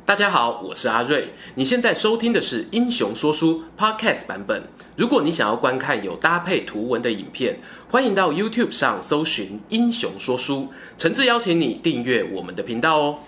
大家好，我是阿瑞。你现在收听的是《英雄说书》Podcast 版本。如果你想要观看有搭配图文的影片，欢迎到 YouTube 上搜寻《英雄说书》，诚挚邀请你订阅我们的频道哦。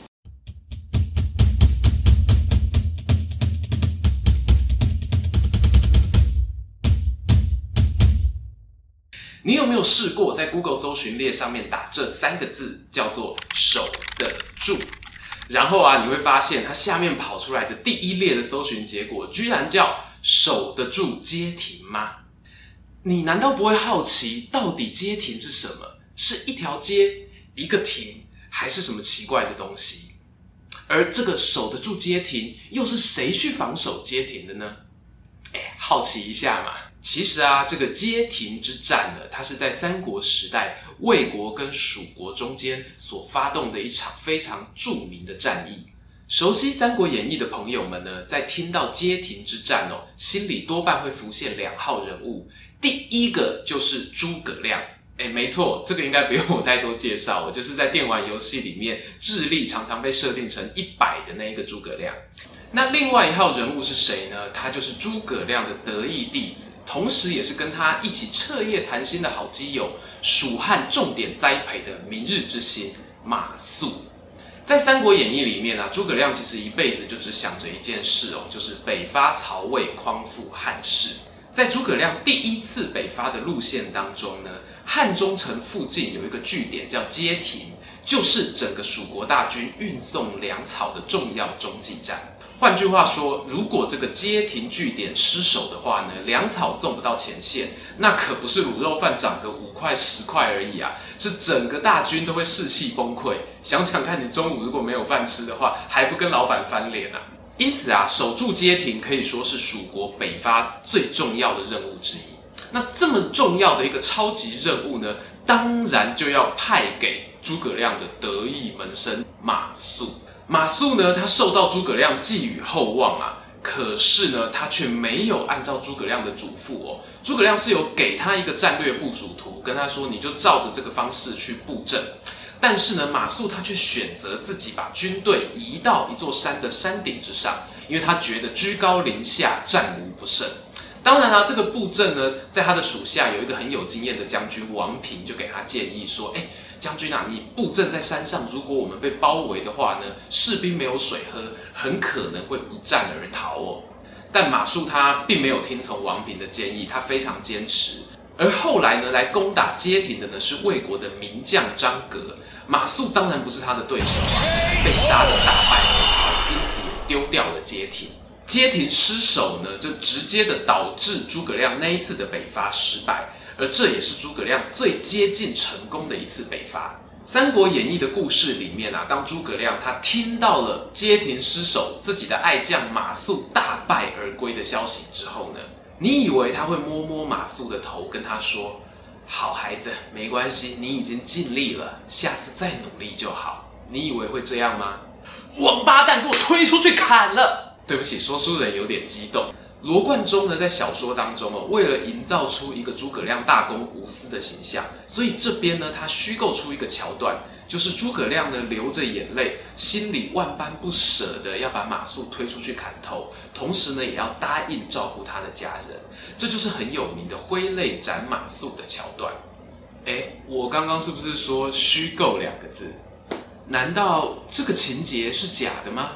你有没有试过在 Google 搜寻列上面打这3个字，叫做“守得住”？然后你会发现它下面跑出来的第一列的搜寻结果，居然叫“守得住街亭”吗？你难道不会好奇，到底街亭是什么？是一条街、一个亭，还是什么奇怪的东西？而这个守得住街亭，又是谁去防守街亭的呢？好奇一下嘛。其实这个街亭之战呢，它是在三国时代魏国跟蜀国中间所发动的一场非常著名的战役。熟悉《三国演义》的朋友们呢，在听到街亭之战心里多半会浮现2号人物。第一个就是诸葛亮。没错，这个应该不用我太多介绍，我就是在电玩游戏里面智力常常被设定成100的那一个诸葛亮。那另外1号人物是谁呢？他就是诸葛亮的得意弟子，同时也是跟他一起彻夜谈心的好基友，蜀汉重点栽培的明日之星马谡。在《三国演义》里面诸葛亮其实一辈子就只想着一件事就是北伐曹魏，匡复汉室。在诸葛亮第一次北伐的路线当中呢，汉中城附近有一个据点叫街亭，就是整个蜀国大军运送粮草的重要中继站。换句话说，如果这个街亭据点失守的话呢，粮草送不到前线，那可不是卤肉饭涨个5块10块而已是整个大军都会士气崩溃。想想看，你中午如果没有饭吃的话，还不跟老板翻脸因此守住街亭可以说是蜀国北伐最重要的任务之一。那这么重要的一个超级任务呢，当然就要派给诸葛亮的得意门生马谡。马谡呢，他受到诸葛亮寄予厚望可是呢，他却没有按照诸葛亮的嘱咐诸葛亮是有给他一个战略部署图，跟他说你就照着这个方式去布阵。但是呢，马谡他却选择自己把军队移到一座山的山顶之上，因为他觉得居高临下，战无不胜。当然这个布阵呢，在他的属下有一个很有经验的将军王平，就给他建议说，将军你布阵在山上，如果我们被包围的话呢，士兵没有水喝，很可能会不战而逃但马谡他并没有听从王平的建议，他非常坚持。而后来呢，来攻打街亭的呢是魏国的名将张格，马谡当然不是他的对手被杀得大败而逃，因此也丢掉了街亭。街亭失守呢，就直接的导致诸葛亮那一次的北伐失败，而这也是诸葛亮最接近成功的一次北伐。《三国演义》的故事里面当诸葛亮他听到了街亭失守，自己的爱将马谡大败而归的消息之后呢，你以为他会摸摸马谡的头，跟他说：“好孩子，没关系，你已经尽力了，下次再努力就好。”你以为会这样吗？王八蛋，给我推出去砍了！对不起，说书人有点激动。罗贯中呢，在小说当中为了营造出一个诸葛亮大公无私的形象，所以这边呢，他虚构出一个桥段，就是诸葛亮呢流着眼泪，心里万般不舍的要把马谡推出去砍头，同时呢，也要答应照顾他的家人。这就是很有名的挥泪斩马谡的桥段。我刚刚是不是说虚构2个字？难道这个情节是假的吗？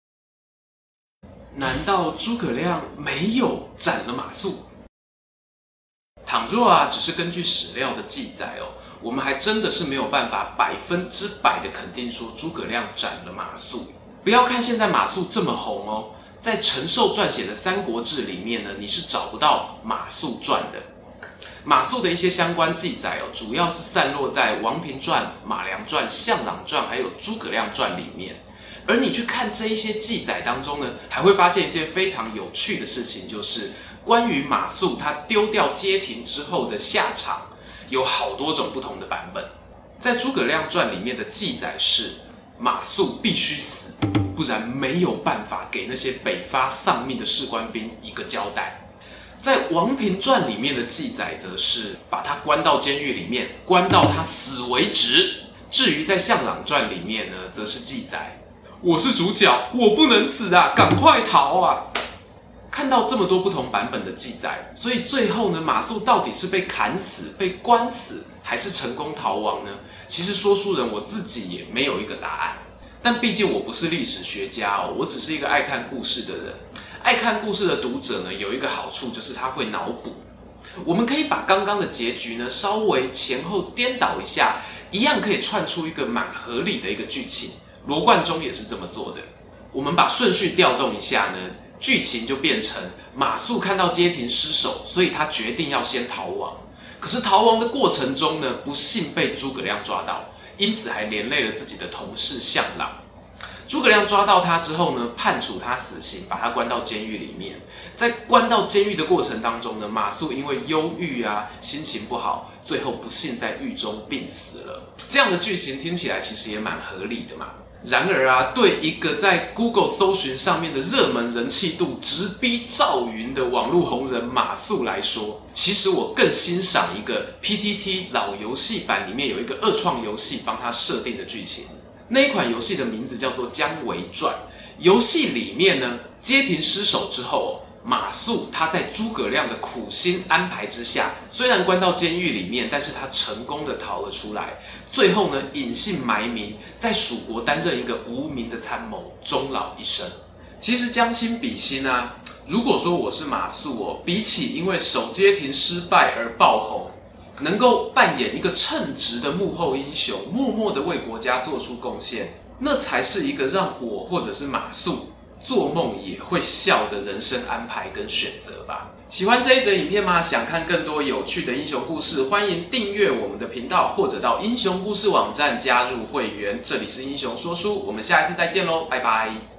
难道诸葛亮没有斩了马谡？倘若只是根据史料的记载我们还真的是没有办法100%的肯定说诸葛亮斩了马谡。不要看现在马谡这么红在陈寿撰写的《三国志》里面呢，你是找不到马谡传的。马谡的一些相关记载主要是散落在王平传、马良传、项朗传还有诸葛亮传里面。而你去看这一些记载当中呢，还会发现一件非常有趣的事情，就是关于马谡他丢掉街亭之后的下场，有好多种不同的版本。在诸葛亮传里面的记载是，马谡必须死，不然没有办法给那些北伐丧命的士官兵一个交代。在王平传里面的记载则是把他关到监狱里面，关到他死为止。至于在项朗传里面呢，则是记载我是主角，我不能死啊，赶快逃啊！看到这么多不同版本的记载，所以最后呢，马谡到底是被砍死、被关死，还是成功逃亡呢？其实说书人我自己也没有一个答案。但毕竟我不是历史学家哦，我只是一个爱看故事的人。爱看故事的读者呢，有一个好处就是他会脑补。我们可以把刚刚的结局呢，稍微前后颠倒一下，一样可以串出一个蛮合理的一个剧情。罗贯中也是这么做的。我们把顺序调动一下呢，剧情就变成马谡看到街亭失守，所以他决定要先逃亡。可是逃亡的过程中呢，不幸被诸葛亮抓到，因此还连累了自己的同事项朗。诸葛亮抓到他之后呢，判处他死刑，把他关到监狱里面。在关到监狱的过程当中呢，马谡因为忧郁啊，心情不好，最后不幸在狱中病死了。这样的剧情听起来其实也蛮合理的嘛。然而啊，对一个在 Google 搜寻上面的热门人气度直逼赵云的网络红人马谡来说，其实我更欣赏一个 PTT 老游戏版里面有一个二创游戏帮他设定的剧情。那一款游戏的名字叫做《姜维传》。游戏里面呢，街亭失守之后，马谡他在诸葛亮的苦心安排之下，虽然关到监狱里面，但是他成功的逃了出来。最后呢，隐姓埋名，在蜀国担任一个无名的参谋，终老一生。其实将心比心啊，如果说我是马谡哦，比起因为守街亭失败而爆红，能够扮演一个称职的幕后英雄，默默的为国家做出贡献，那才是一个让我或者是马谡做梦也会笑的人生安排跟选择吧。喜欢这一则影片吗？想看更多有趣的英雄故事，欢迎订阅我们的频道，或者到英雄故事网站加入会员。这里是英雄说书，我们下一次再见喽，拜拜。